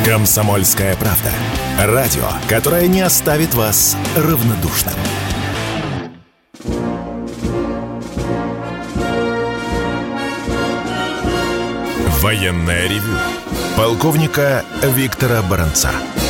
«Комсомольская правда». Радио, которое не оставит вас равнодушным. Военное ревю полковника Виктора Баранца.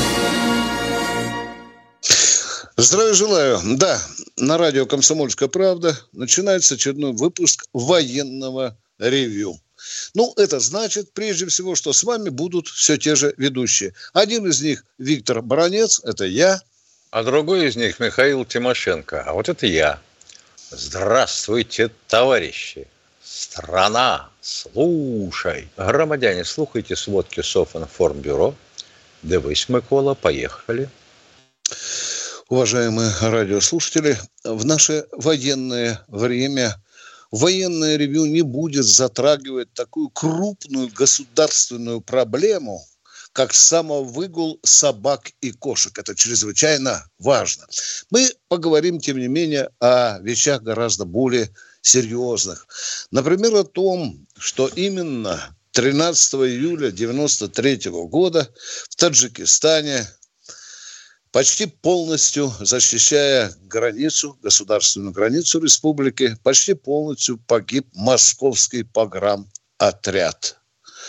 Здравия желаю. Да, на радио «Комсомольская правда» начинается очередной выпуск военного ревю. Ну, это значит, прежде всего, что с вами будут все те же ведущие. Один из них Виктор Баранец, это я. А другой из них Михаил Тимошенко, а вот это я. Здравствуйте, товарищи. Страна, слушай. Громадяне, слухайте сводки Софинформбюро. Дивись, Микола, поехали. Уважаемые радиослушатели, в наше военное время военное ревью не будет затрагивать такую крупную государственную проблему, как самовыгул собак и кошек. Это чрезвычайно важно. Мы поговорим, тем не менее, о вещах гораздо более серьезных. Например, о том, что именно 13 июля 1993 года в Таджикистане, почти полностью защищая границу, государственную границу республики, почти полностью погиб московский пограмотряд.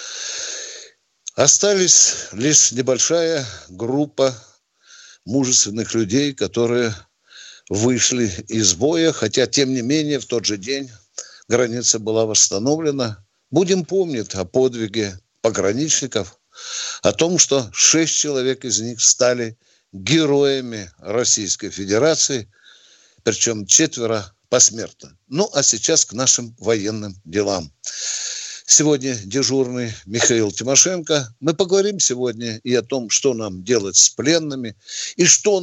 Остались лишь небольшая группа мужественных людей, которые вышли из боя, хотя, тем не менее, в тот же день граница была восстановлена. Будем помнить о подвиге пограничников, о том, что 6 человек из них стали героями Российской Федерации, причем 4 посмертно. Ну, а сейчас к нашим военным делам. Сегодня дежурный Михаил Тимошенко. Мы поговорим сегодня и о том, что нам делать с пленными, и что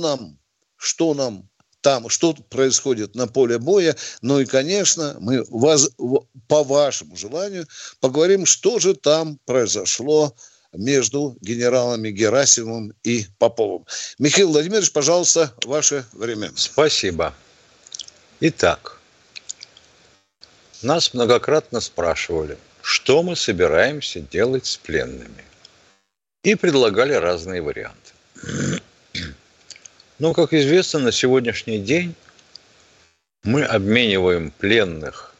происходит на поле боя. Ну и, конечно, мы по вашему желанию поговорим, что же там произошло между генералами Герасимовым и Поповым. Михаил Владимирович, пожалуйста, ваше время. Спасибо. Итак, нас многократно спрашивали, что мы собираемся делать с пленными. И предлагали разные варианты. Но, как известно, на сегодняшний день мы обмениваем пленных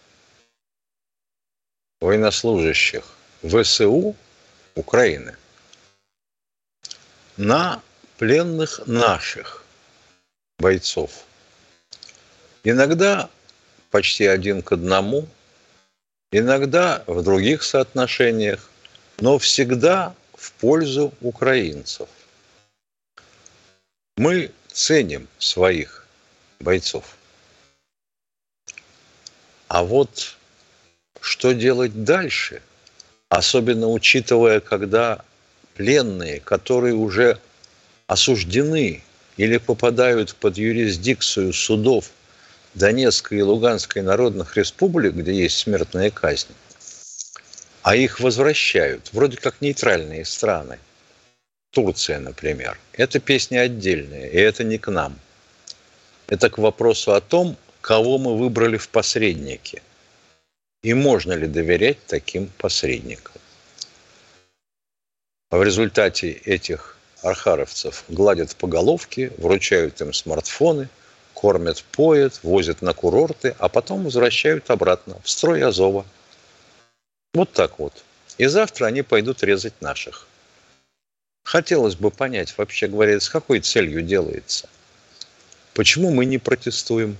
военнослужащих ВСУ Украины на пленных наших бойцов. Иногда почти 1 к 1, иногда в других соотношениях, но всегда в пользу украинцев. Мы ценим своих бойцов. А вот что делать дальше? Особенно учитывая, когда пленные, которые уже осуждены или попадают под юрисдикцию судов Донецкой и Луганской народных республик, где есть смертная казнь, а их возвращают, вроде как нейтральные страны, Турция, например. Это песня отдельная, и это не к нам. Это к вопросу о том, кого мы выбрали в посредники. И можно ли доверять таким посредникам? В результате этих архаровцев гладят по головке, вручают им смартфоны, кормят, поят, возят на курорты, а потом возвращают обратно в строй Азова. Вот так вот. И завтра они пойдут резать наших. Хотелось бы понять, вообще говоря, с какой целью делается? Почему мы не протестуем?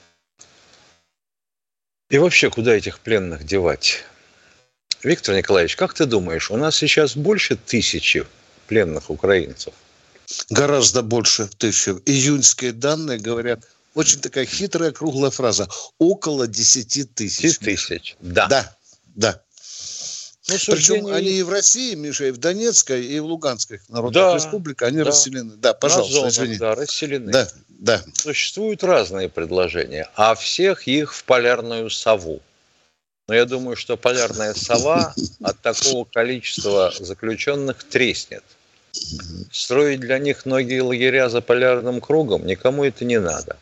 И вообще, куда этих пленных девать? Виктор Николаевич, как ты думаешь, у нас сейчас больше 1000 пленных украинцев? Гораздо больше 1000. Июньские данные говорят, очень такая хитрая круглая фраза, около 10 тысяч. 10 тысяч, да. Да. Ну, причем они и в России, Миша, и в Донецкой, и в Луганской народных республиках, они расселены. Да, пожалуйста, извини. Да, расселены. Да. Существуют разные предложения, а всех их в полярную сову. Но я думаю, что полярная сова от такого количества заключенных треснет. Строить для них многие лагеря за полярным кругом никому это не надо.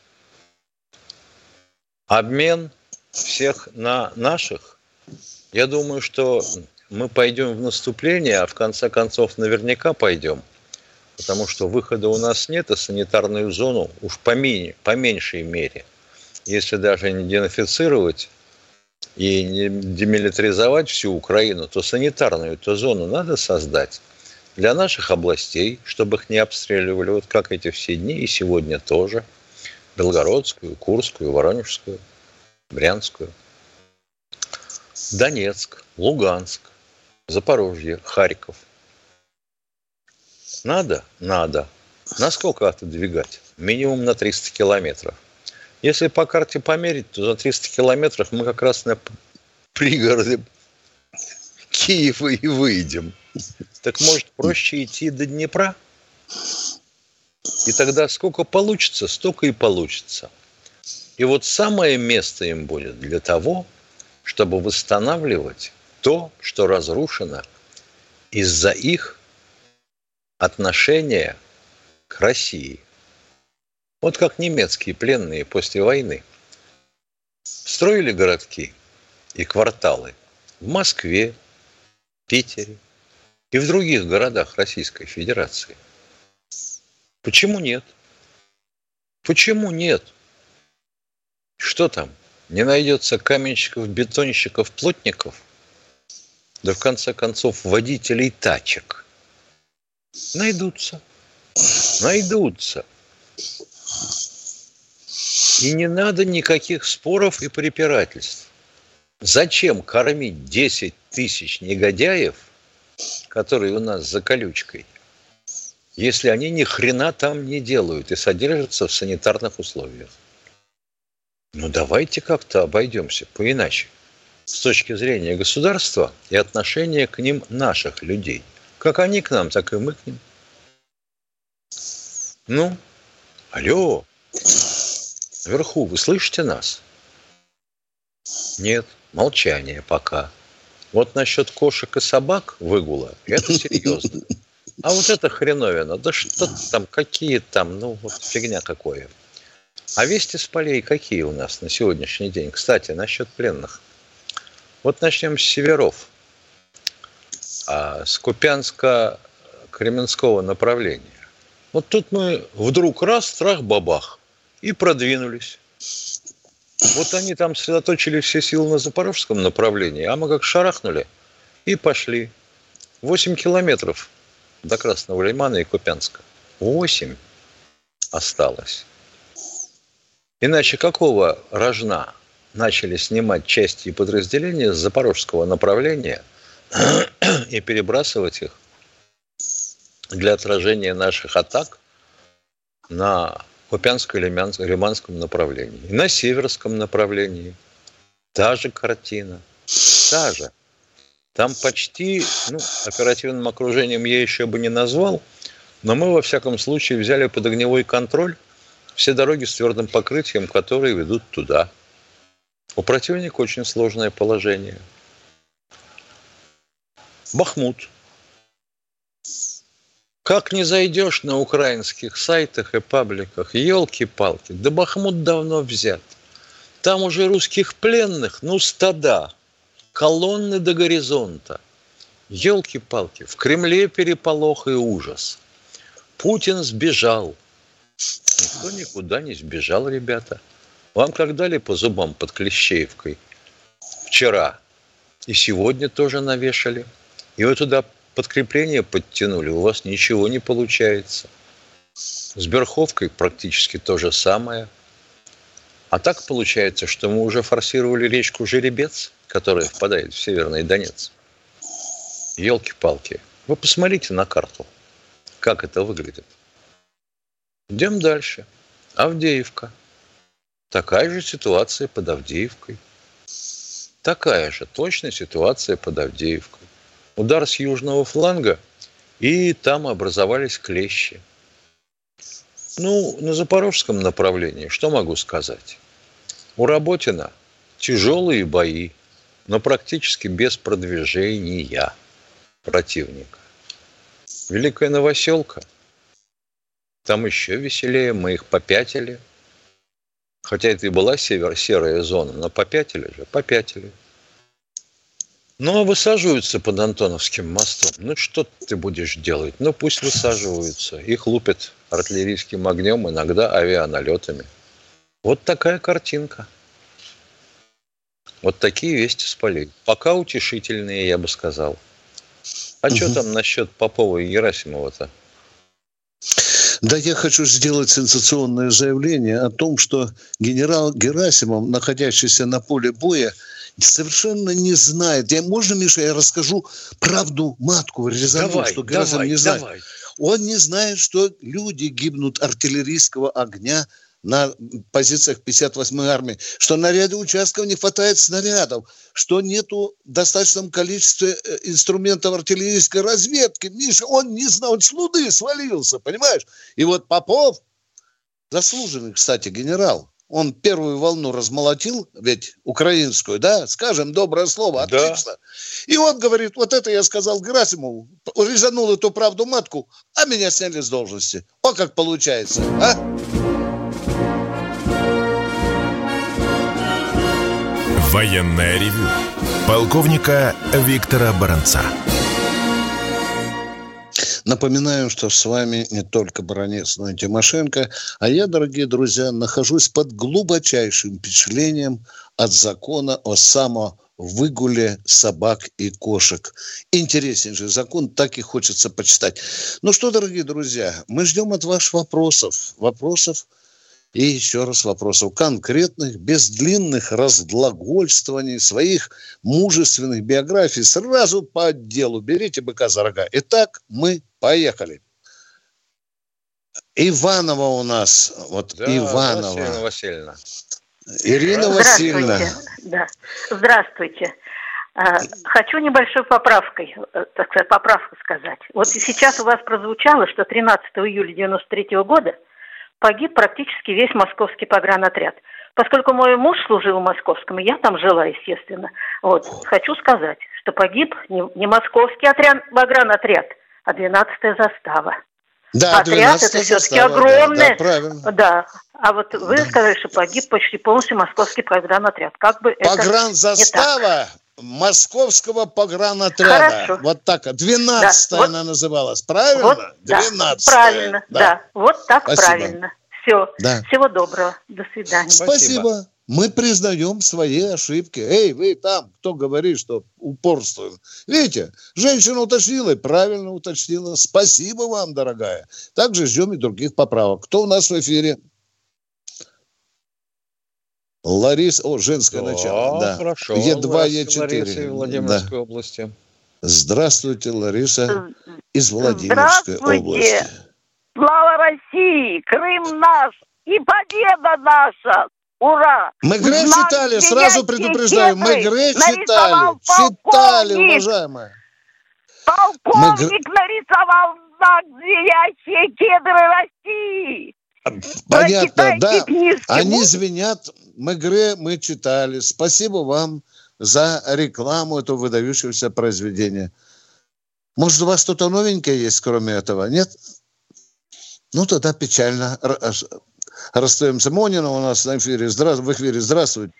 Обмен всех на наших, я думаю, что мы пойдем в наступление, а в конце концов наверняка пойдем, потому что выхода у нас нет, и санитарную зону уж по меньшей мере, если даже не денацифицировать и не демилитаризовать всю Украину, то санитарную эту зону надо создать для наших областей, чтобы их не обстреливали, вот как эти все дни, и сегодня тоже, Белгородскую, Курскую, Воронежскую, Брянскую, Донецк, Луганск, Запорожье, Харьков. Надо? Надо. Насколько отодвигать? Минимум на 300 километров. Если по карте померить, то за 300 километров мы как раз на пригороды Киева и выйдем. Так может проще идти до Днепра? И тогда сколько получится, столько и получится. И вот самое место им будет для того, чтобы восстанавливать то, что разрушено из-за их отношения к России. Вот как немецкие пленные после войны строили городки и кварталы в Москве, Питере и в других городах Российской Федерации. Почему нет? Почему нет? Что там? Не найдется каменщиков, бетонщиков, плотников? Да в конце концов водителей тачек. Найдутся. Найдутся. И не надо никаких споров и препирательств. Зачем кормить 10 тысяч негодяев, которые у нас за колючкой, если они ни хрена там не делают и содержатся в санитарных условиях? Ну, давайте как-то обойдемся поиначе. С точки зрения государства и отношения к ним наших людей. Как они к нам, так и мы к ним. Ну, алло, наверху, вы слышите нас? Нет, молчание пока. Вот насчет кошек и собак выгула, это серьезно. А вот это хреновина, да что там, какие там, ну вот фигня какое. А вести с полей какие у нас на сегодняшний день? Кстати, насчет пленных. Вот начнем с северов. С Купянско-Кременского направления. Вот тут мы вдруг раз, страх-бабах, и продвинулись. Вот они там сосредоточили все силы на запорожском направлении, а мы как шарахнули и пошли. 8 километров до Красного Лимана и Купянска. 8 осталось. Иначе какого рожна начали снимать части и подразделения с запорожского направления и перебрасывать их для отражения наших атак на Купянско-Лиманском направлении. И на Северском направлении та же картина. Та же. Там почти, оперативным окружением я еще бы не назвал, но мы, во всяком случае, взяли под огневой контроль все дороги с твердым покрытием, которые ведут туда. У противника очень сложное положение. Бахмут. Как не зайдешь на украинских сайтах и пабликах, елки-палки, да Бахмут давно взят. Там уже русских пленных, стада, колонны до горизонта. Елки-палки, в Кремле переполох и ужас. Путин сбежал. Никто никуда не сбежал, ребята. Вам как дали по зубам под Клещеевкой вчера, и сегодня тоже навешали. И вы туда подкрепление подтянули, у вас ничего не получается. С Берховкой практически то же самое. А так получается, что мы уже форсировали речку Жеребец, которая впадает в Северный Донец. Елки-палки. Вы посмотрите на карту, как это выглядит. Идем дальше. Авдеевка. Такая же ситуация под Авдеевкой. Такая же точная ситуация под Авдеевкой. Удар с южного фланга, и там образовались клещи. На запорожском направлении, что могу сказать? У Работина тяжелые бои, но практически без продвижения противника. Великая Новоселка. Там еще веселее, мы их попятили. Хотя это и была серая зона, но попятили же, попятили. Ну, а высаживаются под Антоновским мостом. Ну, что ты будешь делать? Ну, пусть высаживаются. Их лупят артиллерийским огнем, иногда авианалетами. Вот такая картинка. Вот такие вести с полей. Пока утешительные, я бы сказал. А что там насчет Попова и Герасимова-то? Да, я хочу сделать сенсационное заявление о том, что генерал Герасимов, находящийся на поле боя, совершенно не знает. Можно, Миша, я расскажу правду матку резану, что Герасимов не знает. Давай. Он не знает, что люди гибнут артиллерийского огня на позициях 58-й армии, что на ряде участков не хватает снарядов, что нету в достаточном количестве инструментов артиллерийской разведки. Миша, он не знал, он с луны свалился, понимаешь? И вот Попов, заслуженный, кстати, генерал, он первую волну размолотил, ведь украинскую, да, скажем доброе слово, отлично. Да. И он говорит, вот это я сказал Герасимову, резанул эту правду матку, а меня сняли с должности. О, как получается, а? Военное ревю полковника Виктора Баранца. Напоминаю, что с вами не только Баранец, но и Тимошенко. А я, дорогие друзья, нахожусь под глубочайшим впечатлением от закона о самовыгуле собак и кошек. Интереснейший закон, так и хочется почитать. Ну что, дорогие друзья, мы ждем от вас вопросов. И еще раз вопросов конкретных, без длинных разглагольствований, своих мужественных биографий. Сразу по делу берите быка за рога. Итак, мы поехали. Иванова у нас. Вот да, Иванова. Ирина Васильевна. Ирина Васильевна. Да. Здравствуйте. Хочу небольшой поправку сказать. Вот сейчас у вас прозвучало, что 13 июля 1993 года погиб практически весь московский погранотряд. Поскольку мой муж служил в Московском, и я там жила, естественно. Вот. Хочу сказать, что погиб не московский погранотряд, а 12-я застава. Да, отряд это все-таки огромный. Да, правильно. Да. А вот вы сказали, что погиб почти полностью московский погранотряд. Как бы погранзастава московского погранотряда. Хорошо. Вот так. 12-я она называлась. Правильно? Вот, 12-я. Да, правильно, да. Вот так. Спасибо. Правильно. Все. Да. Всего доброго. До свидания. Спасибо. Мы признаем свои ошибки. Эй, вы там, кто говорит, что упорствуем. Видите, женщина уточнила и правильно уточнила. Спасибо вам, дорогая. Также ждем и других поправок. Кто у нас в эфире? Лариса, женское начало. Да. Хорошо. Е2, Е4. Лариса Владимирской области. Здравствуйте, Лариса из Владимирской области. Слава России! Крым наш! И победа наша! Ура! Мегре читали, сразу предупреждаю. Мегре читали, уважаемые. Полковник нарисовал знак «Звенящие кедры России». Понятно, да. Книжки. Они звенят. Мегре мы читали. Спасибо вам за рекламу этого выдающегося произведения. Может, у вас что-то новенькое есть, кроме этого? Нет? Ну, тогда печально. Расстаемся. Монина у нас на эфире. В эфире. Здравствуйте.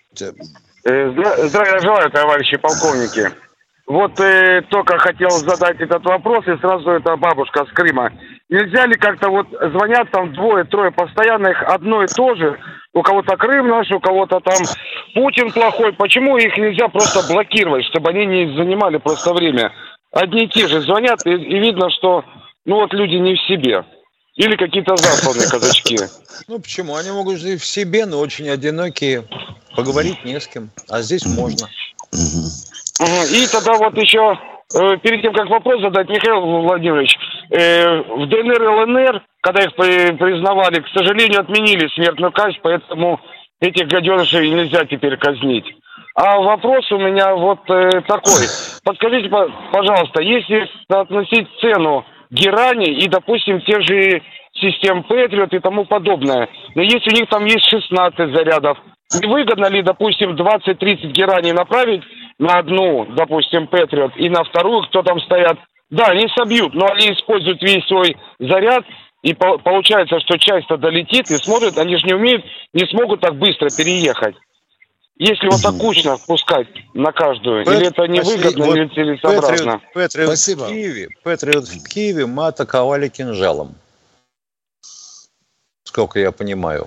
Здравия желаю, товарищи полковники. Вот только хотел задать этот вопрос, и сразу эта бабушка с Крыма. Нельзя ли как-то вот звонят там двое-трое постоянно, их одно и то же, у кого-то Крым наш, у кого-то там Путин плохой. Почему их нельзя просто блокировать, чтобы они не занимали просто время? Одни и те же звонят, и видно, что люди не в себе. Или какие-то засланные казачки. Ну почему? Они могут жить в себе, но очень одинокие. Поговорить не с кем. А здесь можно. И тогда вот еще, перед тем, как вопрос задать, Михаил Владимирович, в ДНР и ЛНР, когда их признавали, к сожалению, отменили смертную казнь, поэтому этих гаденышей нельзя теперь казнить. А вопрос у меня вот такой. Подскажите, пожалуйста, если относить цену герани и, допустим, тех же систем Патриот и тому подобное, но если у них там есть 16 зарядов, не выгодно ли, допустим, 20-30 гераний направить на одну, допустим, Патриот и на вторую, кто там стоят? Да, они собьют, но они используют весь свой заряд, и получается, что часть-то долетит и смотрят, они же не смогут так быстро переехать. Если вот так кучно впускать на каждую, или это невыгодно, или целесообразно? Патриот в Киеве мы атаковали кинжалом. Сколько я понимаю.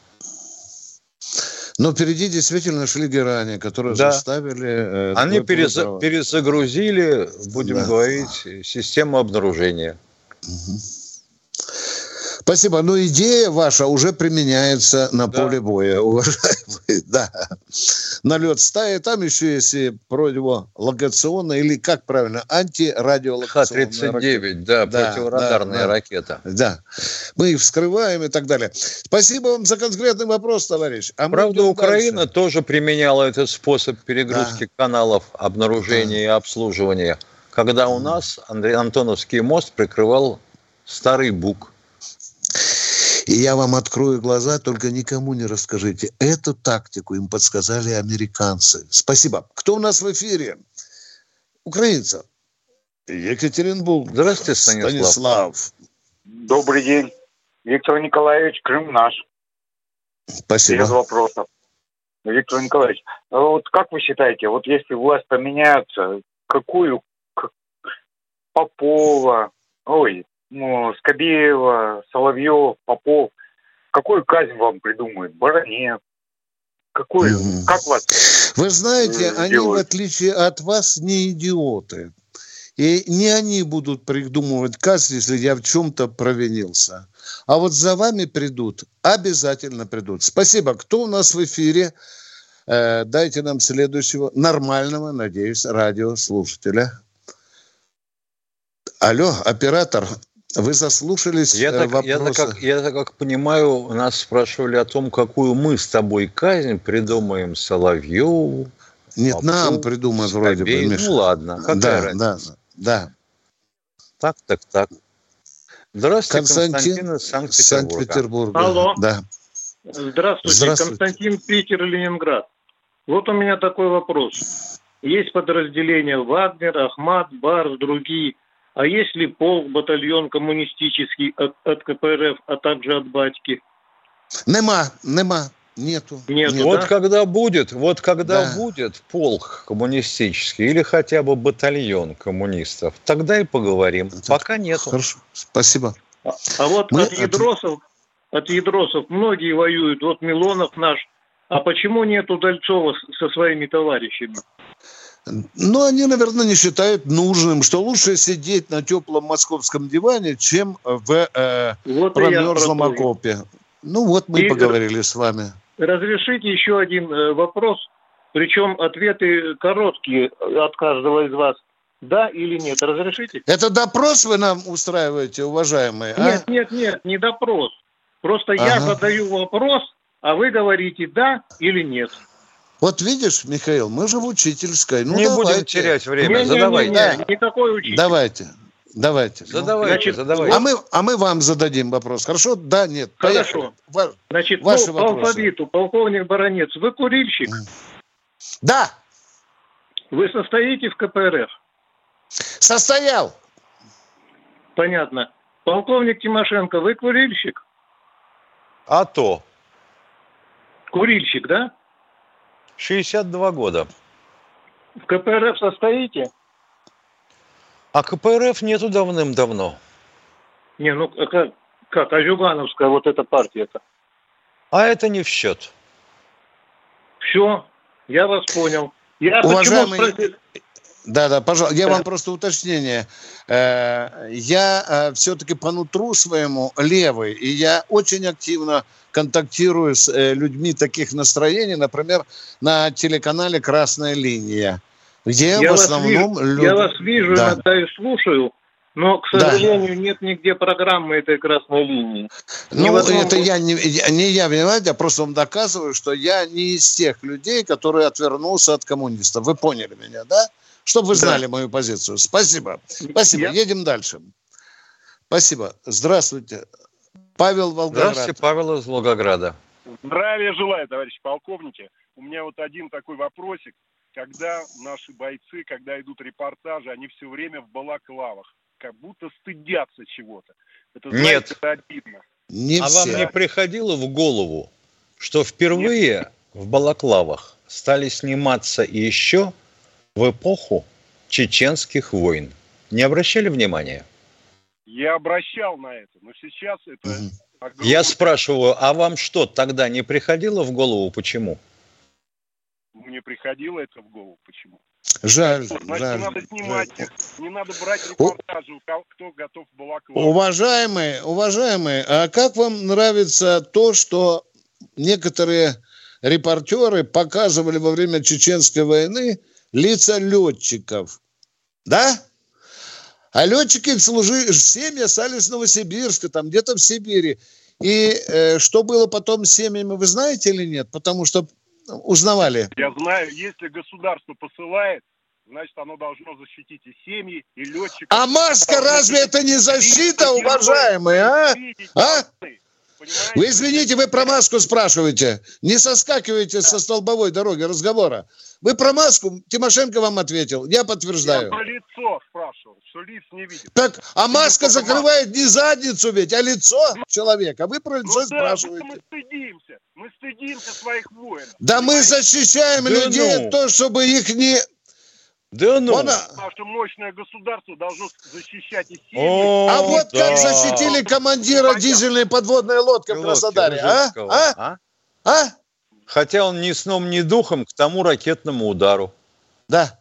Но впереди действительно шли герани, которые заставили... Они перезагрузили, будем говорить, систему обнаружения. Угу. Спасибо. Но идея ваша уже применяется на поле боя, уважаемые. Да. Налет стаи, там еще есть и противолокационная, или как правильно, антирадиолокационная Х-39, противорадарная ракета. Да. Мы их вскрываем и так далее. Спасибо вам за конкретный вопрос, товарищ. Правда, Украина тоже применяла этот способ перегрузки каналов обнаружения и обслуживания, когда у нас Антоновский мост прикрывал Старый Буг. И я вам открою глаза, только никому не расскажите. Эту тактику им подсказали американцы. Спасибо. Кто у нас в эфире? Украинцев. Екатеринбург. Здравствуйте, Станислав. Добрый день. Виктор Николаевич, Крым наш. Спасибо. Без вопросов. Виктор Николаевич, вот как вы считаете, вот если власть поменяется, какую Попова, Скобеева, Соловьев, Попов, какую казнь вам придумают? Баранец? Какую? Как вас? Вы знаете, они, в отличие от вас, не идиоты. И не они будут придумывать казнь, если я в чем-то провинился. А вот за вами придут, обязательно придут. Спасибо. Кто у нас в эфире? Дайте нам следующего нормального, надеюсь, радиослушателя. Алло, оператор. Вы заслушались вопроса? Я так понимаю, нас спрашивали о том, какую мы с тобой казнь придумаем Соловьеву. Нет, Попу, нам придумают вроде бы, Миша. Ну ладно, какая разница? Да. Так. Здравствуйте, Константин из Санкт-Петербурга. Алло. Да. Здравствуйте, Константин, Питер, Ленинград. Вот у меня такой вопрос. Есть подразделения Вагнер, Ахмат, Барс, другие. А есть ли полк, батальон коммунистический от КПРФ, а также от батьки? Нема. Нету. Вот да? Когда будет полк коммунистический или хотя бы батальон коммунистов, тогда и поговорим. Пока нету. Хорошо, спасибо. А вот от ядросов многие воюют. Вот Милонов наш. А почему нет Удальцова со своими товарищами? Ну, они, наверное, не считают нужным, что лучше сидеть на теплом московском диване, чем в промерзлом окопе. Ну, вот мы и поговорили с вами. Разрешите еще один вопрос, причем ответы короткие от каждого из вас. Да или нет? Разрешите? Это допрос вы нам устраиваете, уважаемые? Нет, не допрос. Просто я задаю вопрос, а вы говорите да или нет. Вот видишь, Михаил, мы же в учительской. Ну, не будем терять время. Задавайте. Никакой учитель. Давайте. Задавайте. А мы вам зададим вопрос. Хорошо? Да, нет. Хорошо. Значит, по алфавиту. Полковник Баранец, вы курильщик? Да. Вы состоите в КПРФ? Состоял. Понятно. Полковник Тимошенко, вы курильщик? А то. Курильщик, да? 62 года. В КПРФ состоите? А КПРФ нету давным-давно. Не, ну как? А Зюгановская вот эта партия-то? А это не в счет. Все, я вас понял. Уважаемый... Да, пожалуйста. Я вам просто уточнение. Я все-таки по нутру своему левый, и я очень активно контактирую с людьми таких настроений, например, на телеканале «Красная линия», где в основном люди... Я вас вижу, иногда и слушаю, но, к сожалению, нет нигде программы этой «Красной линии». Ну, это не я виноват, я просто вам доказываю, что я не из тех людей, которые отвернулся от коммунистов. Вы поняли меня, да? Чтобы вы знали мою позицию. Спасибо. Едем дальше. Спасибо. Здравствуйте. Павел, Волгоград. Здравствуйте, Павел из Волгограда. Здравия желаю, товарищи полковники. У меня вот один такой вопросик. Когда наши бойцы, когда идут репортажи, они все время в балаклавах. Как будто стыдятся чего-то. Это, знаете, это обидно. Вам не приходило в голову, что впервые в балаклавах стали сниматься еще в эпоху чеченских войн. Не обращали внимания? Я обращал на это, но сейчас это... Я спрашиваю, а вам что, тогда не приходило в голову, почему? Мне приходило это в голову, почему? Жаль, Значит, жаль. не надо снимать их, не надо брать репортажи, кто готов в балаклаву. Уважаемые, а как вам нравится то, что некоторые репортеры показывали во время Чеченской войны лица летчиков? Да? А летчики семьи остались в Новосибирске, там где-то в Сибири. И что было потом с семьями, вы знаете или нет? Потому что узнавали. Я знаю, если государство посылает, значит, оно должно защитить и семьи, и летчиков. А маска разве это не защита, уважаемые, а? Вы извините, вы про маску спрашиваете. Не соскакивайте со столбовой дороги разговора. Вы про маску, Тимошенко вам ответил. Я подтверждаю. Я про лицо спрашивал, что лиц не видит. Так, а маска закрывает не задницу ведь, а лицо человека. Вы про лицо спрашиваете. Мы стыдимся своих воинов. Да мы защищаем людей от того, чтобы их не... Да ну. Наше мощное государство должно защищать и семьи. А вот как защитили командира дизельной подводной лодки в Краснодаре, а? Хотя он ни сном, ни духом к тому ракетному удару. Да.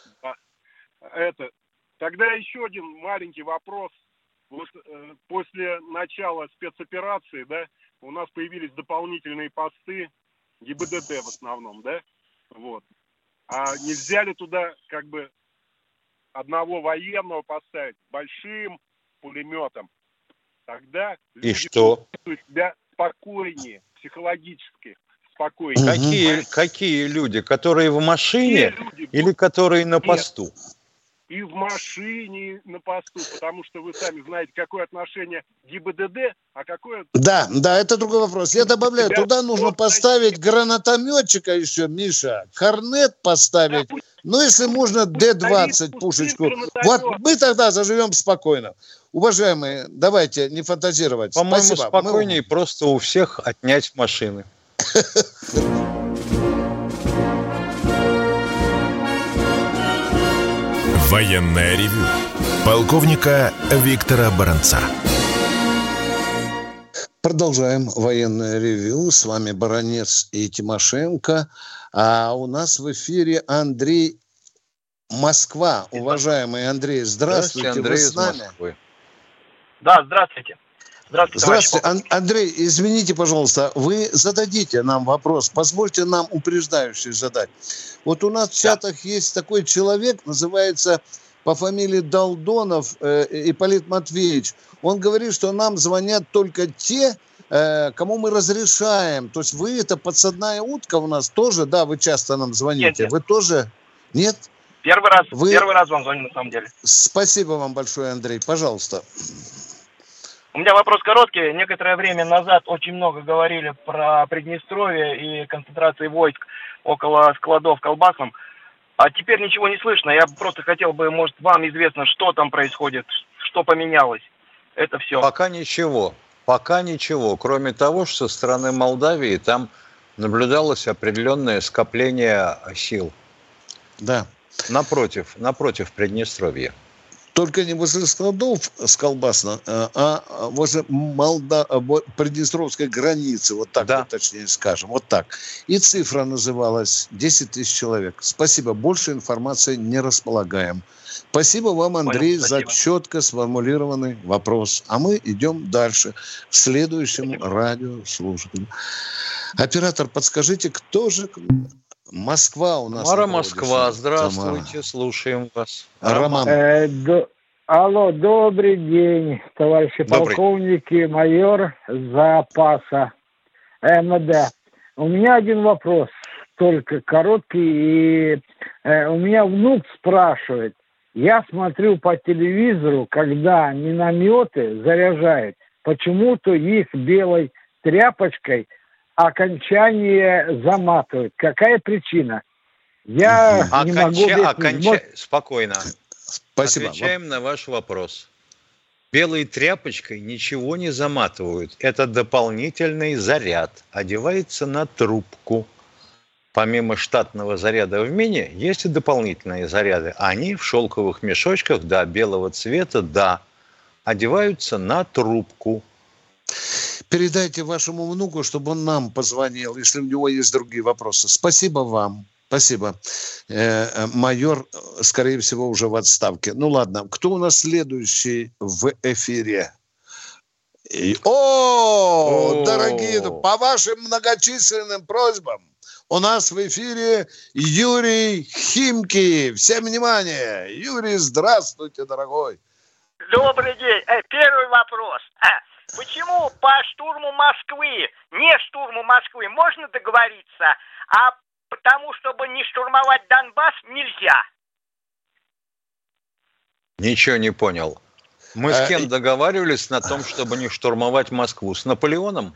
Тогда еще один маленький вопрос. Вот после начала спецоперации, да, у нас появились дополнительные посты, ГИБДД в основном, да, вот. А нельзя ли туда как бы одного военного поставить большим пулеметом? Тогда и что? Чувствуют себя спокойнее, психологически спокойнее. Какие люди? Которые в машине или которые на посту? И в машине, и на посту, потому что вы сами знаете, какое отношение ГИБДД, а какое... Да, это другой вопрос. Я добавляю, туда нужно поставить гранатометчика еще, Миша, корнет поставить, ну, если можно, Д-20 пушечку. Вот мы тогда заживем спокойно. Уважаемые, давайте не фантазировать. По-моему, спокойнее просто у всех отнять машины. Военное ревю полковника Виктора Баранца. Продолжаем военное ревю. С вами Баранец и Тимошенко. А у нас в эфире Андрей, Москва. Уважаемый Андрей, здравствуйте. Андрей, вы с нами? Да, здравствуйте. Здравствуйте. Андрей, извините, пожалуйста, вы зададите нам вопрос. Позвольте нам упреждающий задать. Вот у нас в чатах есть такой человек, называется по фамилии Долдонов Ипполит Матвеевич. Он говорит, что нам звонят только те, кому мы разрешаем. То есть вы, это подсадная утка у нас тоже, да, вы часто нам звоните. Нет. Вы тоже? Нет? Первый раз вам звоню на самом деле. Спасибо вам большое, Андрей. Пожалуйста. У меня вопрос короткий. Некоторое время назад очень много говорили про Приднестровье и концентрации войск около складов в Колбасном. А теперь ничего не слышно. Я просто хотел бы, может, вам известно, что там происходит, что поменялось. Это все. Пока ничего. Кроме того, что со стороны Молдавии там наблюдалось определенное скопление сил. Да. Напротив Приднестровья. Только не возле складов с Колбасна, а возле Приднестровской границы, вот так, да. Вот, точнее скажем, вот так. И цифра называлась 10 тысяч человек. Спасибо, больше информации не располагаем. Спасибо вам, Андрей, за четко сформулированный вопрос. А мы идем дальше к следующему радиослушателю. Оператор, подскажите, кто же... Москва у нас. Тамара, Москва. Здравствуйте, Тамара. Слушаем вас. Роман. Алло, добрый день, товарищи полковники, майор запаса МВД. У меня один вопрос, только короткий. И у меня внук спрашивает. Я смотрю по телевизору, когда минометы заряжают, почему-то их белой тряпочкой окончание заматывают. Какая причина? Я не могу... Спокойно. Спасибо. Отвечаем на ваш вопрос. Белой тряпочкой ничего не заматывают. Это дополнительный заряд. Одевается на трубку. помимо штатного заряда в мине, есть и дополнительные заряды. Они в шелковых мешочках, да, белого цвета, да, одеваются на трубку. Передайте вашему внуку, чтобы он нам позвонил, если у него есть другие вопросы. Спасибо вам. Спасибо. Майор, скорее всего, уже в отставке. Ну ладно, кто у нас следующий в эфире? Дорогие, по вашим многочисленным просьбам у нас в эфире Юрий Химки. Всем внимание! Юрий, здравствуйте, дорогой. Добрый день. Первый вопрос. Почему по штурму Москвы, не штурму Москвы, можно договориться, а потому, чтобы не штурмовать Донбасс, нельзя? Ничего не понял. Мы с кем договаривались на том, чтобы не штурмовать Москву? С Наполеоном?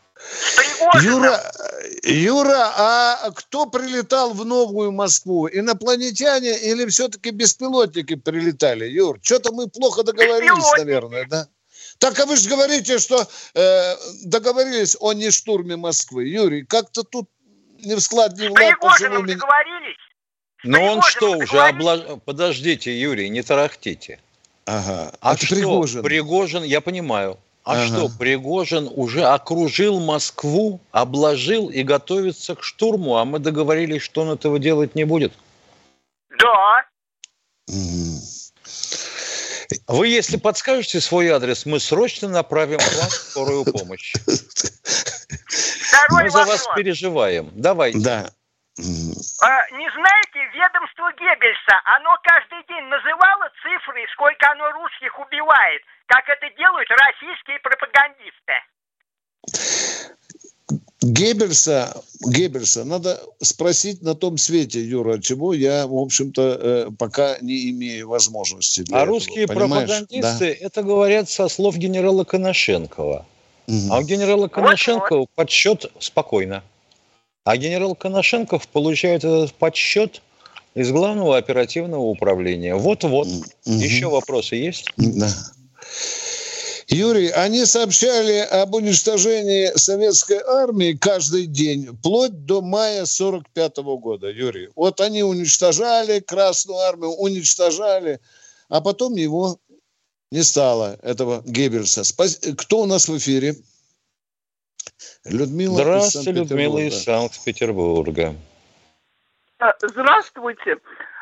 Юра, а кто прилетал в Новую Москву? Инопланетяне или все-таки беспилотники прилетали? Юр, что-то мы плохо договорились, наверное, да? Так, а вы же говорите, что договорились о не штурме Москвы. Юрий, как-то тут не всклад, не влад. С Пригожиным договорились? Но он что уже Подождите, Юрий, не тарахтите. Ага. А что, Пригожин, я понимаю. Что, Пригожин уже окружил Москву, обложил и готовится к штурму, а мы договорились, что он этого делать не будет? Да. Вы, если подскажете свой адрес, мы срочно направим к вам скорую помощь. Мы за вас переживаем. Давайте. Да. Не знаете, ведомство Геббельса, оно каждый день называло цифры, сколько оно русских убивает, как это делают российские пропагандисты. Геббельса надо спросить на том свете, Юра, чего я, в общем-то, пока не имею возможности для этого. Русские пропагандисты, это говорят со слов генерала Коношенкова. А у генерала Коношенкова подсчет спокойно. А генерал Коношенков получает этот подсчет из Главного оперативного управления. Вот-вот. Еще вопросы есть? Да. Юрий, они сообщали об уничтожении советской армии каждый день, вплоть до мая 1945 года, Юрий. Вот они уничтожали Красную армию, уничтожали, а потом его не стало, этого Геббельса. Кто у нас в эфире? Людмила. Здравствуйте, Людмила из Санкт-Петербурга. Здравствуйте.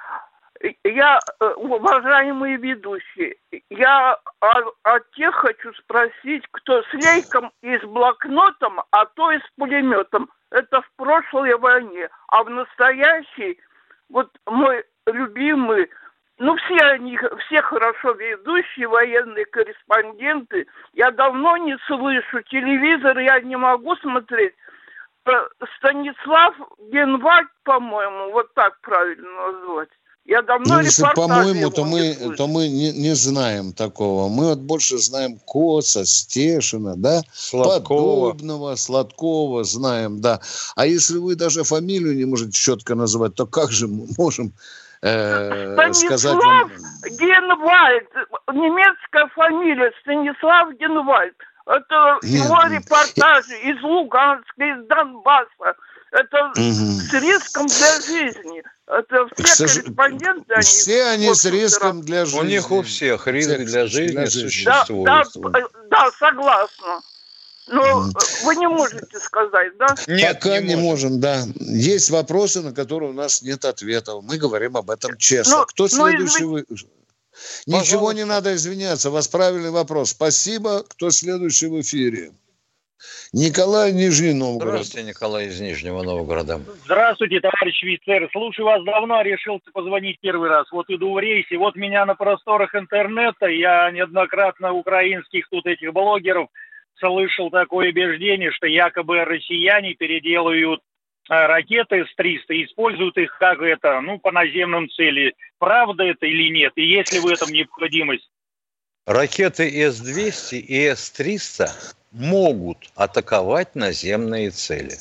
Я, уважаемые ведущие, я от тех хочу спросить, кто с лейком и с блокнотом, а то и с пулеметом. Это в прошлой войне. А в настоящей, вот мой любимый, все они, все хорошо ведущие, военные корреспонденты. Я давно не слышу, телевизор я не могу смотреть. Станислав Генвальд, по-моему, вот так правильно назвать. Я давно если по-моему, то мы не знаем такого. Мы вот больше знаем Коца, Стешина, да? Подобного, Сладкова знаем, да. А если вы даже фамилию не можете четко называть, то как же мы можем сказать вам? Генвальд, немецкая фамилия, Станислав Генвальд. Это его репортажи из Луганска, из Донбасса. Это с риском для жизни. Это все корреспонденты. Все они с риском для жизни. У них у всех риск для жизни существует. Да, согласна. Но вы не можете сказать, да? Нет, пока не можем, да. Есть вопросы, на которые у нас нет ответов. Мы говорим об этом честно. Кто следующий? Ничего не надо извиняться. Вас правильный вопрос. Спасибо. Кто следующий в эфире? Николай, Нижний Новгород. Здравствуйте, Николай из Нижнего Новгорода. Здравствуйте, товарищ офицер. Слушаю вас давно, решился позвонить первый раз. Вот иду в рейсе, вот меня на просторах интернета, я неоднократно украинских тут этих блогеров слышал такое убеждение, что якобы россияне переделывают ракеты С-300 и используют их как это, по наземным целям. Правда это или нет? И есть ли в этом необходимость? Ракеты С-200 и С-300 могут атаковать наземные цели.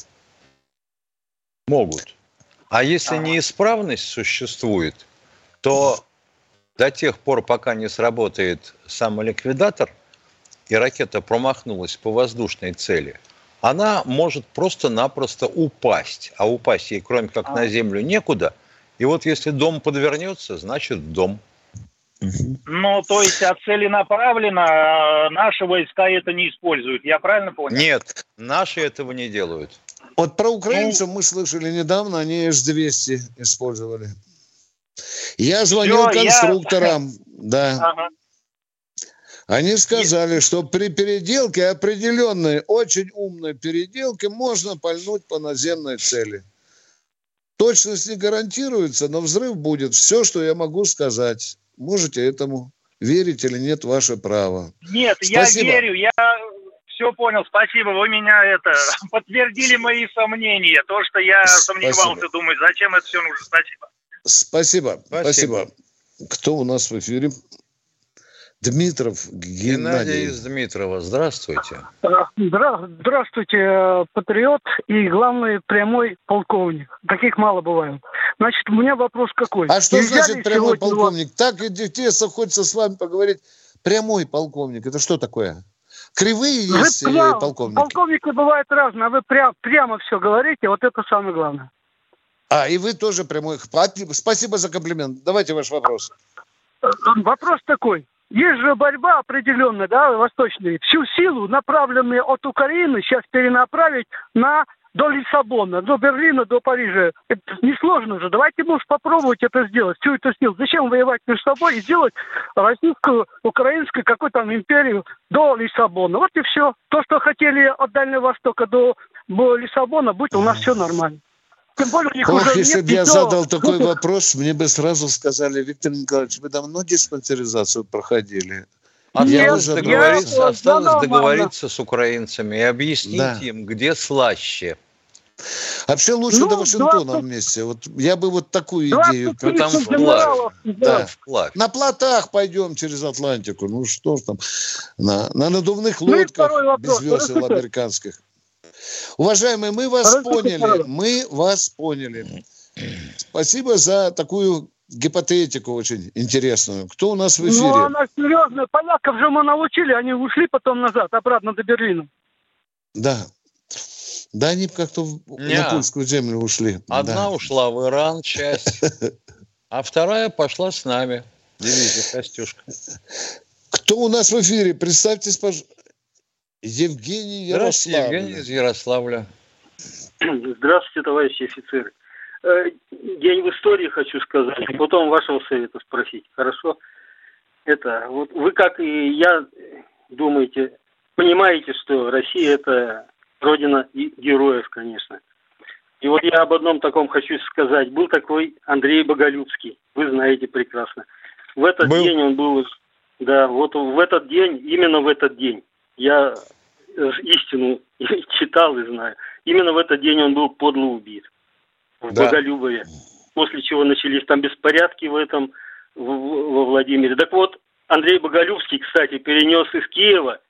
Могут. А если неисправность существует, то до тех пор, пока не сработает самоликвидатор, и ракета промахнулась по воздушной цели, она может просто-напросто упасть. А упасть ей, кроме как на землю, некуда. И вот если дом подвернется, значит дом. Ну, то есть целенаправленно наши войска это не используют. Я правильно понял? Нет, наши этого не делают. Вот про украинцев мы слышали недавно, они С-200 использовали. Я звонил конструкторам, да. Ага. Они сказали, что при переделке, определенной, очень умной переделке, можно пальнуть по наземной цели. Точность не гарантируется, но взрыв будет. Все, что я могу сказать. Можете этому верить или нет, ваше право. Нет, Спасибо. Я верю, я все понял, спасибо. Вы меня подтвердили мои сомнения. То, что я сомневался, думаю, зачем это все нужно. Спасибо. Спасибо. Кто у нас в эфире? Дмитров Геннадий. Из Дмитрова. Здравствуйте. Здравствуйте, патриот и, главный, прямой полковник. Таких мало бывает. Значит, у меня вопрос какой. А что значит прямой полковник? Так и детей хочется с вами поговорить. Прямой полковник. Это что такое? Кривые есть полковники? Полковники бывают разные, а вы прямо все говорите. Вот это самое главное. И вы тоже прямой. Спасибо за комплимент. Давайте ваш вопрос. Вопрос такой. Есть же борьба определенная, да, восточная. Всю силу, направленную от Украины, сейчас перенаправить до Лиссабона, до Берлина, до Парижа. Это несложно же. Давайте, может, попробовать это сделать, всю эту силу. Зачем воевать между собой и сделать российскую, украинскую, какую-то там империю до Лиссабона? Вот и все. То, что хотели от Дальнего Востока до Лиссабона, будет у нас все нормально. Тем более, у них уже если нет бы я задал такой вопрос, мне бы сразу сказали: Виктор Николаевич, вы давно диспансеризацию проходили? Осталось договориться с украинцами и объяснить им, где слаще. Вообще лучше до Вашингтона вместе. Вот я бы вот такую идею. Там вплавь. На плотах пойдем через Атлантику. Ну что ж там. На надувных лодках без весел американских. Уважаемые, мы вас поняли. Спасибо за такую гипотетику очень интересную. Кто у нас в эфире? Ну, она серьезная. Поляков же мы научили, они ушли потом назад, обратно до Берлина. Да. Да, они как-то на польскую землю ушли. Одна ушла в Иран, часть, а вторая пошла с нами. Дивизия Костюшка. Кто у нас в эфире? Представьтесь, пожалуйста. Евгений Ярославль. Евгений из Ярославля. Здравствуйте, товарищи офицеры. День в истории хочу сказать, потом вашего совета спросить. Хорошо? Вот вы, как и я, думаете, понимаете, что Россия – это родина героев, конечно. И вот я об одном таком хочу сказать. Был такой Андрей Боголюбский. Вы знаете прекрасно. В этот день он был... Да, вот в этот день, именно в этот день, я истину читал и знаю. Именно в этот день он был подло убит. В Боголюбове. После чего начались там беспорядки во Владимире. Так вот, Андрей Боголюбский, кстати, перенес из Киева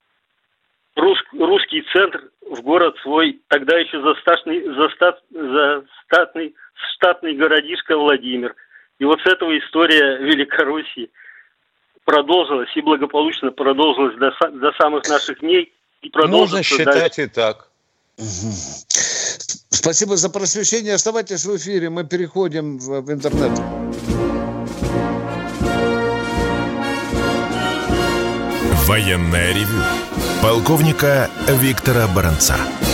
русский центр в город свой, тогда еще штатный городишко Владимир. И вот с этого история Великороссии продолжилась и благополучно продолжилась до самых наших дней. И можно считать и так. Спасибо за просвещение. Оставайтесь в эфире. Мы переходим в интернет. Военное ревю полковника Виктора Баранца.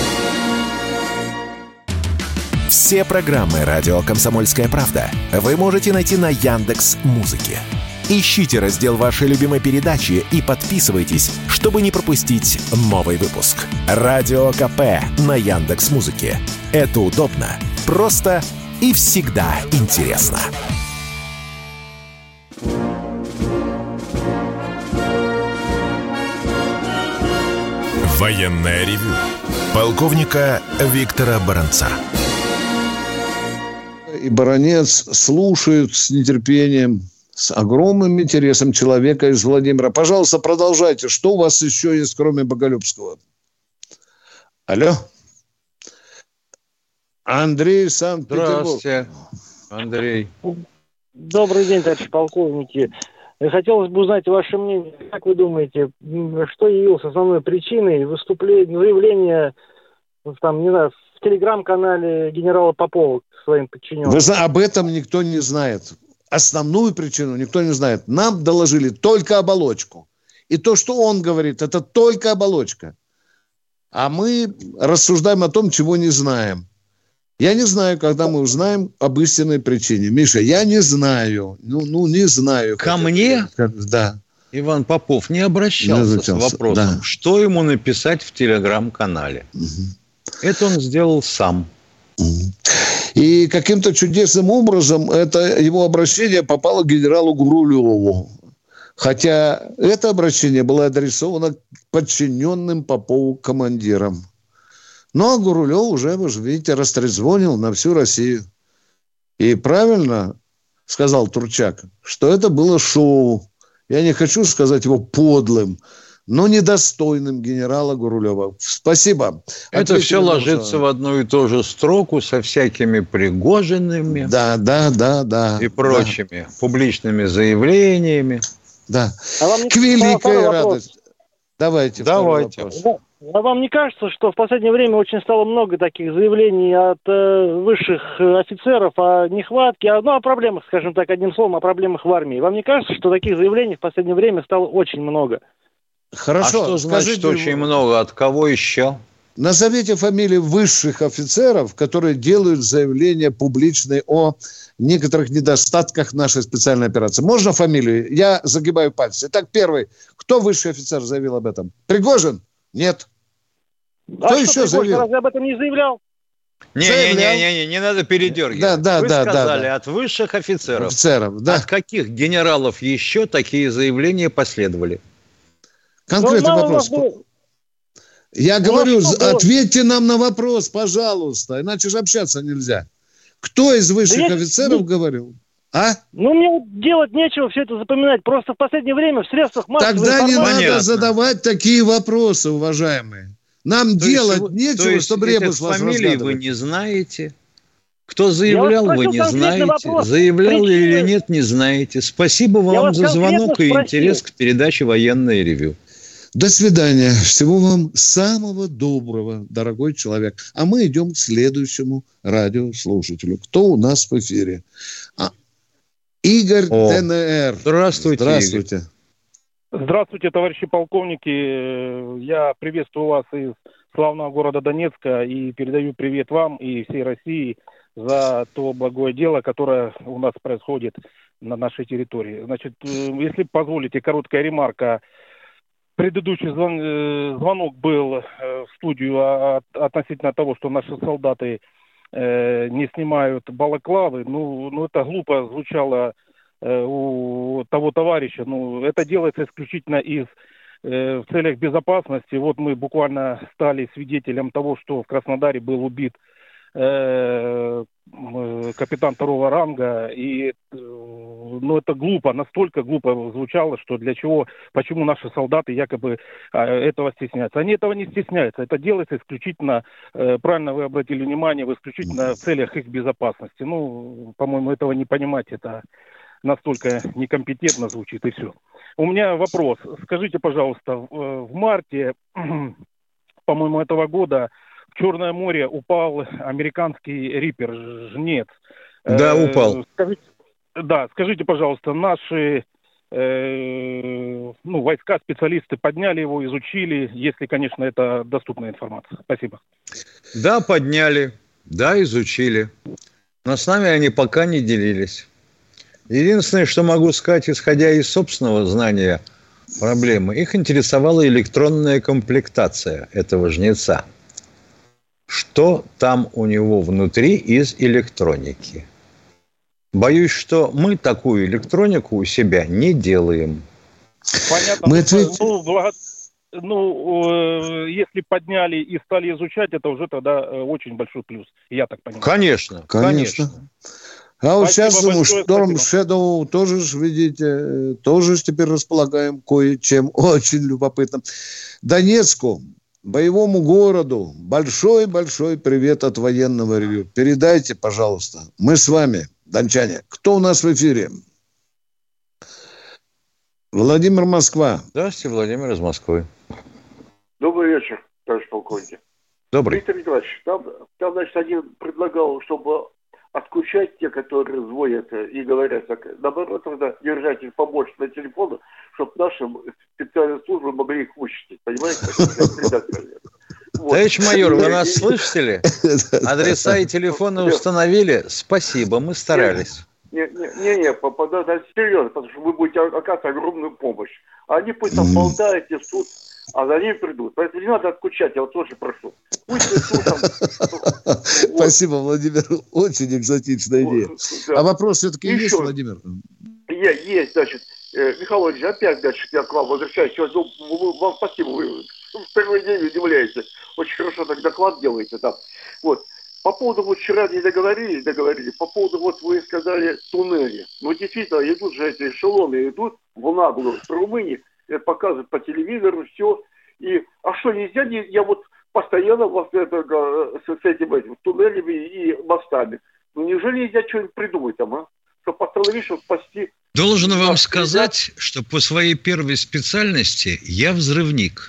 Все программы «Радио Комсомольская правда» вы можете найти на Яндекс.Музыке. Ищите раздел вашей любимой передачи и подписывайтесь, чтобы не пропустить новый выпуск. Радио КП на Яндекс.Музыке. Это удобно, просто и всегда интересно. Военное ревю полковника Виктора Баранца. И Баранец слушают с нетерпением, с огромным интересом человека из Владимира. Пожалуйста, продолжайте. Что у вас еще есть, кроме Боголюбского? Алло? Андрей, Санкт-Петербург. Здравствуйте, Андрей. Добрый день, товарищи полковники. Хотелось бы узнать ваше мнение. Как вы думаете, что явилось основной причиной заявления там, не знаю, в телеграм-канале генерала Попова к своим подчиненным. Об этом никто не знает. Основную причину никто не знает. Нам доложили только оболочку. И то, что он говорит, это только оболочка. А мы рассуждаем о том, чего не знаем. Я не знаю, когда мы узнаем об истинной причине. Миша, я не знаю. Не знаю. Ко мне? Да. Иван Попов не обращался с вопросом, да, что ему написать в телеграм-канале. Угу. Это он сделал сам. Угу. И каким-то чудесным образом это его обращение попало к генералу Гурулеву. Хотя это обращение было адресовано подчиненным Попову командирам. Но Гурулев уже, вы же видите, растрезвонил на всю Россию. И правильно сказал Турчак, что это было шоу. Я не хочу сказать его подлым, но недостойным генерала Гурулева. Спасибо. Это все ложится в одну и ту же строку со всякими Пригожиными и прочими публичными заявлениями. Да. К великой радости. Давайте. А вам не кажется, что в последнее время очень стало много таких заявлений от высших офицеров о нехватке, о проблемах, скажем так, одним словом, о проблемах в армии? Вам не кажется, что таких заявлений в последнее время стало очень много? Хорошо. А что значит очень много? От кого еще? Назовите фамилии высших офицеров, которые делают заявления публичные о некоторых недостатках нашей специальной операции. Можно фамилию? Я загибаю пальцы. Итак, первый. Кто высший офицер заявил об этом? Пригожин? Нет. Кто еще заявил? Разве об этом не заявлял? Не надо передергивать. Вы сказали, от высших офицеров. От каких генералов еще такие заявления последовали? Конкретный вопрос. Я говорю, ответьте нам на вопрос, пожалуйста, иначе же общаться нельзя. Кто из высших офицеров говорил? Мне делать нечего все это запоминать. Просто в последнее время в средствах массовой информации... Тогда не надо задавать такие вопросы, уважаемые. Нам делать нечего, чтобы ребус вас разгадывать. Фамилии вы не знаете. Кто заявлял, вы не знаете. Заявлял или нет, не знаете. Спасибо вам за звонок и интерес к передаче «Военное ревю». До свидания. Всего вам самого доброго, дорогой человек. А мы идем к следующему радиослушателю. Кто у нас в эфире? Игорь ДНР. Здравствуйте. Здравствуйте. Здравствуйте, товарищи полковники. Я приветствую вас из славного города Донецка и передаю привет вам и всей России за то благое дело, которое у нас происходит на нашей территории. Значит, если позволите, короткая ремарка. Предыдущий звонок был в студию относительно того, что наши солдаты не снимают балаклавы. Это глупо звучало у того товарища. Это делается исключительно в целях безопасности. Вот мы буквально стали свидетелем того, что в Краснодаре был убит капитан второго ранга, и это глупо, настолько глупо звучало, что почему наши солдаты якобы этого стесняются. Они этого не стесняются, это делается исключительно, правильно вы обратили внимание, исключительно в целях их безопасности. По-моему, этого не понимать, это настолько некомпетентно звучит, и все. У меня вопрос, скажите, пожалуйста, в марте, по-моему, этого года в Черное море упал американский Риппер, жнец. Да, упал. Скажите, пожалуйста, наши войска, специалисты подняли его, изучили, если, конечно, это доступная информация. Спасибо. Да, подняли, да, изучили. Но с нами они пока не делились. Единственное, что могу сказать, исходя из собственного знания проблемы, их интересовала электронная комплектация этого жнеца. Что там у него внутри из электроники? Боюсь, что мы такую электронику у себя не делаем. Понятно. Если подняли и стали изучать, это уже тогда очень большой плюс. Я так понимаю. Конечно. А вот сейчас Storm Shadow тоже, видите, тоже теперь располагаем кое-чем очень любопытным. Донецку, боевому городу, большой-большой привет от военного ревью. Передайте, пожалуйста. Мы с вами, дончане. Кто у нас в эфире? Владимир, Москва. Здравствуйте, Владимир из Москвы. Добрый вечер, товарищ полковник. Добрый. Виктор Николаевич, там, значит, один предлагал, чтобы отключать те, которые звонят и говорят, так, наоборот, тогда держать их побольше на телефонах, чтобы наши специальные службы могли их вычислить, понимаете? Товарищ майор, вы нас слышали? Адреса и телефоны установили? Спасибо, мы старались. Не, серьезно, потому что вы будете оказывать огромную помощь. Они пусть там болтают, несут, а за ними придут. Поэтому не надо отключать, я вот тоже прошу. Пусть несут там... Спасибо, Владимир. Очень экзотичная идея. А вопрос все-таки есть, Владимир? Есть, значит. Михаил Владимирович, опять, значит, я к вам возвращаюсь. Вам спасибо, вы в первый день удивляете. Очень хорошо так доклад делаете там. Вот. По поводу, вот вчера не договорились, по поводу, вот вы сказали, туннели. Ну, действительно, идут же эти эшелоны, идут в наглую с Румынии, показывают по телевизору все. И, а что, нельзя, я вот постоянно с этими туннелями и мостами. Ну, неужели нельзя что-нибудь придумать там, а? Чтобы остановить, чтобы спасти... Должен вам сказать, что по своей первой специальности я взрывник.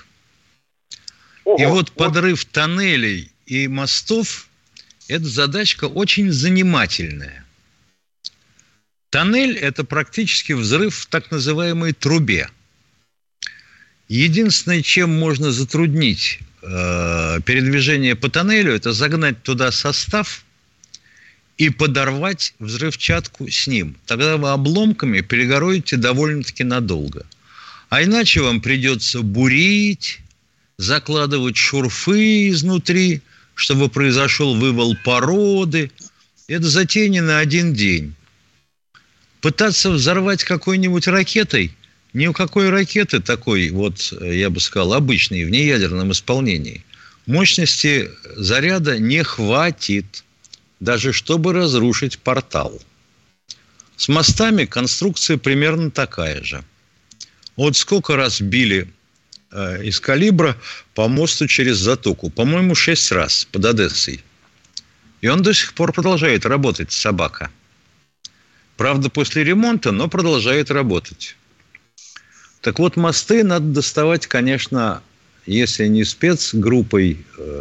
И вот подрыв тоннелей и мостов – это задачка очень занимательная. Тоннель – это практически взрыв в так называемой трубе. Единственное, чем можно затруднить передвижение по тоннелю, это загнать туда состав и подорвать взрывчатку с ним. Тогда вы обломками перегородите довольно-таки надолго. А иначе вам придется бурить, закладывать шурфы изнутри, чтобы произошел вывал породы. Это затея не на один день. Пытаться взорвать какой-нибудь ракетой, ни у какой ракеты такой, вот, я бы сказал, обычной, в неядерном исполнении, мощности заряда не хватит, даже чтобы разрушить портал. С мостами конструкция примерно такая же. Вот сколько раз били из калибра по мосту через затоку? По-моему, 6 раз под Одессой. И он до сих пор продолжает работать, собака. Правда, после ремонта, но продолжает работать. Так вот, мосты надо доставать, конечно, если не спецгруппой,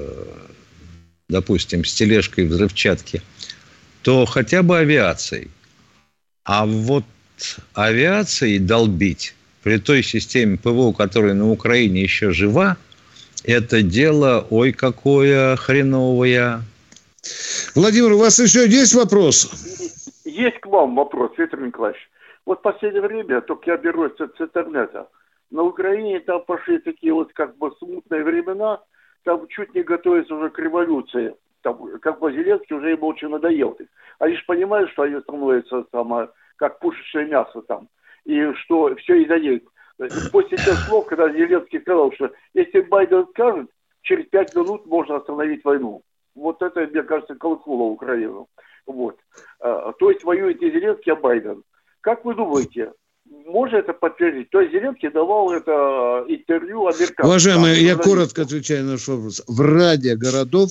допустим, с тележкой взрывчатки, то хотя бы авиацией. А вот авиацией долбить при той системе ПВО, которая на Украине еще жива, это дело, ой, какое хреновое. Владимир, у вас еще есть вопрос? Есть к вам вопрос, Виктор Николаевич. Вот в последнее время, только я берусь с интернета, на Украине там пошли такие вот как бы смутные времена, там чуть не готовятся уже к революции. Там, как бы Зеленский уже ему очень надоел. Они же понимают, что они становятся там, как пушечное мясо там. И что все из-за них. После тех слов, когда Зеленский сказал, что если Байден скажет, через 5 минут можно остановить войну. Вот это, мне кажется, колыхнуло Украину. Вот. То есть воюет не Зеленский, а Байден. Как вы думаете, можно это подтвердить? То есть Зеленский давал это интервью американцам. Уважаемые, я коротко отвечаю на ваш вопрос. В ряде городов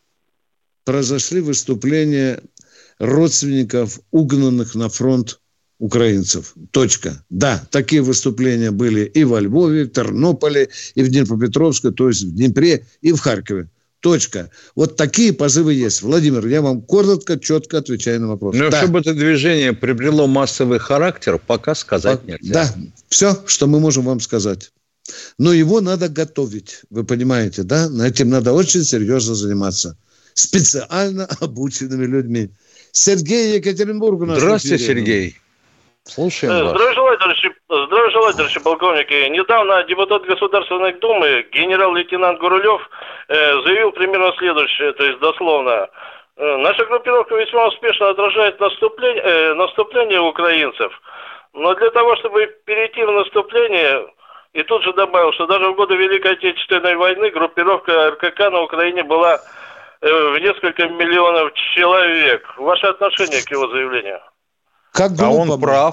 произошли выступления родственников угнанных на фронт украинцев. Точка. Да, такие выступления были и во Львове, и в Тернополе, и в Днепропетровске, то есть в Днепре, и в Харькове. Точка. Вот такие позывы есть. Владимир, я вам коротко, четко отвечаю на вопрос. Но чтобы это движение приобрело массовый характер, пока сказать нельзя. Да, все, что мы можем вам сказать. Но его надо готовить, вы понимаете, да? Этим надо очень серьезно заниматься. Специально обученными людьми. Сергей, Екатеринбург у нас. Здравствуйте, Сергей. Слушаем вас. Здравия желаю, товарищи полковники. Недавно депутат Государственной Думы, генерал-лейтенант Гурулев, заявил примерно следующее, то есть дословно. Наша группировка весьма успешно отражает наступление украинцев. Но для того, чтобы перейти в наступление, и тут же добавил, что даже в годы Великой Отечественной войны группировка РКК на Украине была в несколько миллионов человек. Ваше отношение к его заявлению? Как глупо, он прав.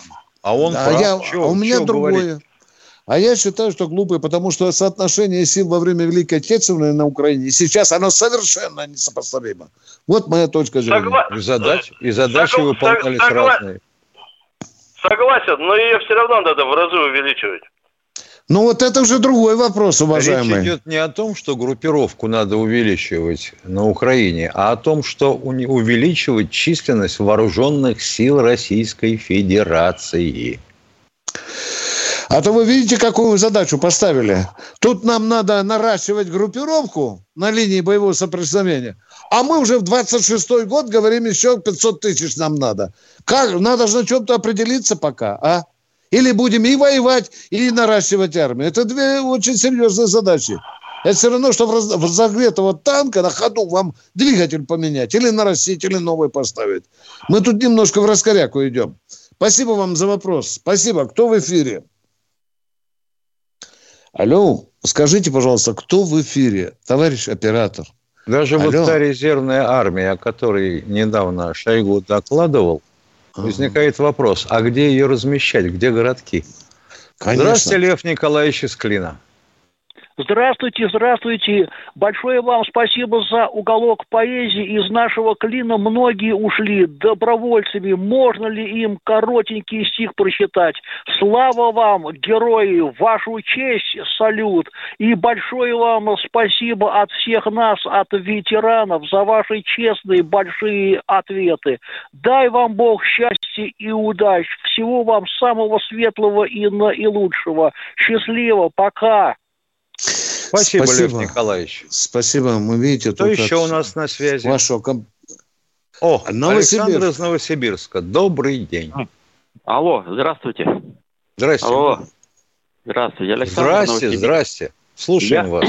У меня другое. Говорить? А я считаю, что глупо, потому что соотношение сил во время Великой Отечественной на Украине сейчас оно совершенно несопоставимо. Вот моя точка зрения. И задачи выполнялись разные. Согласен, но ее все равно надо в разы увеличивать. Ну, вот это уже другой вопрос, уважаемый. Речь идет не о том, что группировку надо увеличивать на Украине, а о том, что увеличивать численность вооруженных сил Российской Федерации. А то вы видите, какую вы задачу поставили. Тут нам надо наращивать группировку на линии боевого соприкосновения, а мы уже в 26-й год говорим, еще 500 тысяч нам надо. Как? Надо же на чем-то определиться пока, а? Или будем и воевать, и наращивать армию. Это две очень серьезные задачи. Это все равно, что в разогретого танка на ходу вам двигатель поменять, или нарастить, или новый поставить. Мы тут немножко в раскоряку идем. Спасибо вам за вопрос. Спасибо. Кто в эфире? Алло, скажите, пожалуйста, кто в эфире, товарищ оператор? Даже вот та резервная армия, о которой недавно Шойгу докладывал, возникает вопрос, а где ее размещать, где городки? Конечно. Здравствуйте, Лев Николаевич из Клина. Здравствуйте, здравствуйте. Большое вам спасибо за уголок поэзии. Из нашего Клина многие ушли добровольцами. Можно ли им коротенький стих прочитать? Слава вам, герои, вашу честь, салют. И большое вам спасибо от всех нас, от ветеранов, за ваши честные большие ответы. Дай вам Бог счастья и удач. Всего вам самого светлого и наилучшего. Счастливо, пока. Спасибо, Лев Николаевич. Спасибо. Мы видите, кто еще у нас на связи? Новосибирск. Александр из Новосибирска. Добрый день. Алло, здравствуйте. Здрасте. Алло. Здравствуйте, Александр. Здрасте. Слушаем вас.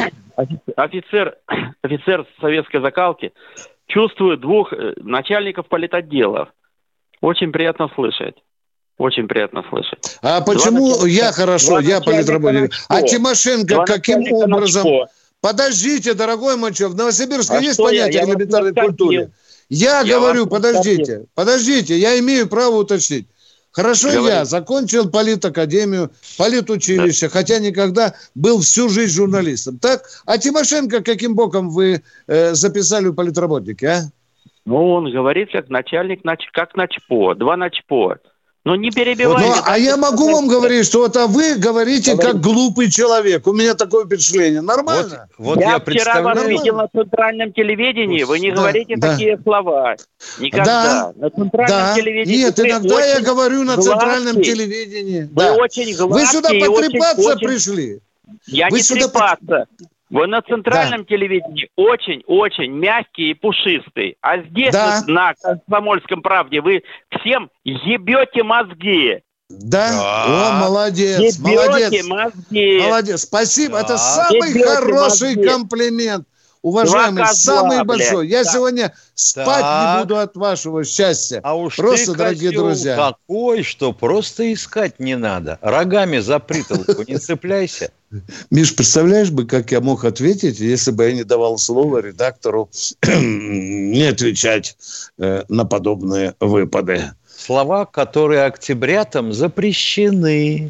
Офицер советской закалки. Чувствую двух начальников политотделов. Очень приятно слышать. Очень приятно слышать. А почему я политработник? А Тимошенко каким образом? Подождите, дорогой Мачев, в Новосибирске есть понятие элементарной культуры? Я говорю, подождите, я имею право уточнить. Хорошо, я закончил политакадемию, политучилище, хотя никогда был всю жизнь журналистом. Так? А Тимошенко каким боком вы записали в политработники, а? Ну, он говорит, как начальник, как начпо, 2 начпо. Ну, не перебивайте. А я могу вам говорить, что вы говорите как глупый человек. У меня такое впечатление. Нормально? Я вчера вас видел на центральном телевидении. Вы не говорите такие слова. Никогда. На центральном телевидении. Нет, иногда я говорю на центральном телевидении. Вы очень гладкие. Вы сюда потрепаться пришли. Я не трепаться. Вы на центральном телевидении очень-очень мягкий и пушистый. А здесь, вот, на «Комсомольском правде», вы всем ебете мозги. Да? О, молодец. Ебете мозги. Молодец. Спасибо. Это самый хороший комплимент. Уважаемый, самый большой. Я сегодня спать не буду от вашего счастья. А уж просто, ты, дорогие друзья. Такой, что просто искать не надо. Рогами за притолоку не цепляйся. Миш, представляешь бы, как я мог ответить, если бы я не давал слово редактору не отвечать на подобные выпады. Слова, которые октябрятам запрещены.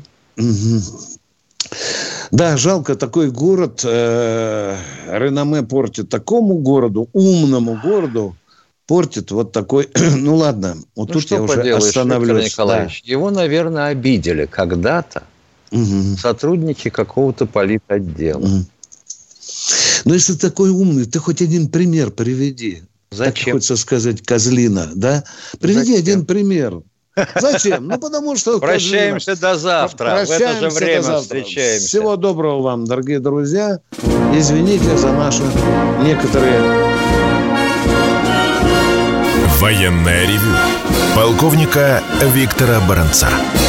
Да, жалко, такой город реноме портит такому городу, умному городу, портит вот такой... Ну, ладно, вот тут я уже остановлюсь. Виктор Николаевич, его, наверное, обидели когда-то сотрудники какого-то политотдела. Но если ты такой умный, ты хоть один пример приведи. Зачем? Так хочется сказать, козлина, да? Приведи один пример. Зачем? Ну, потому что... Прощаемся до завтра. В это же время встречаемся. Всего доброго вам, дорогие друзья. Извините за наши некоторые... Военное ревю полковника Виктора Баранца.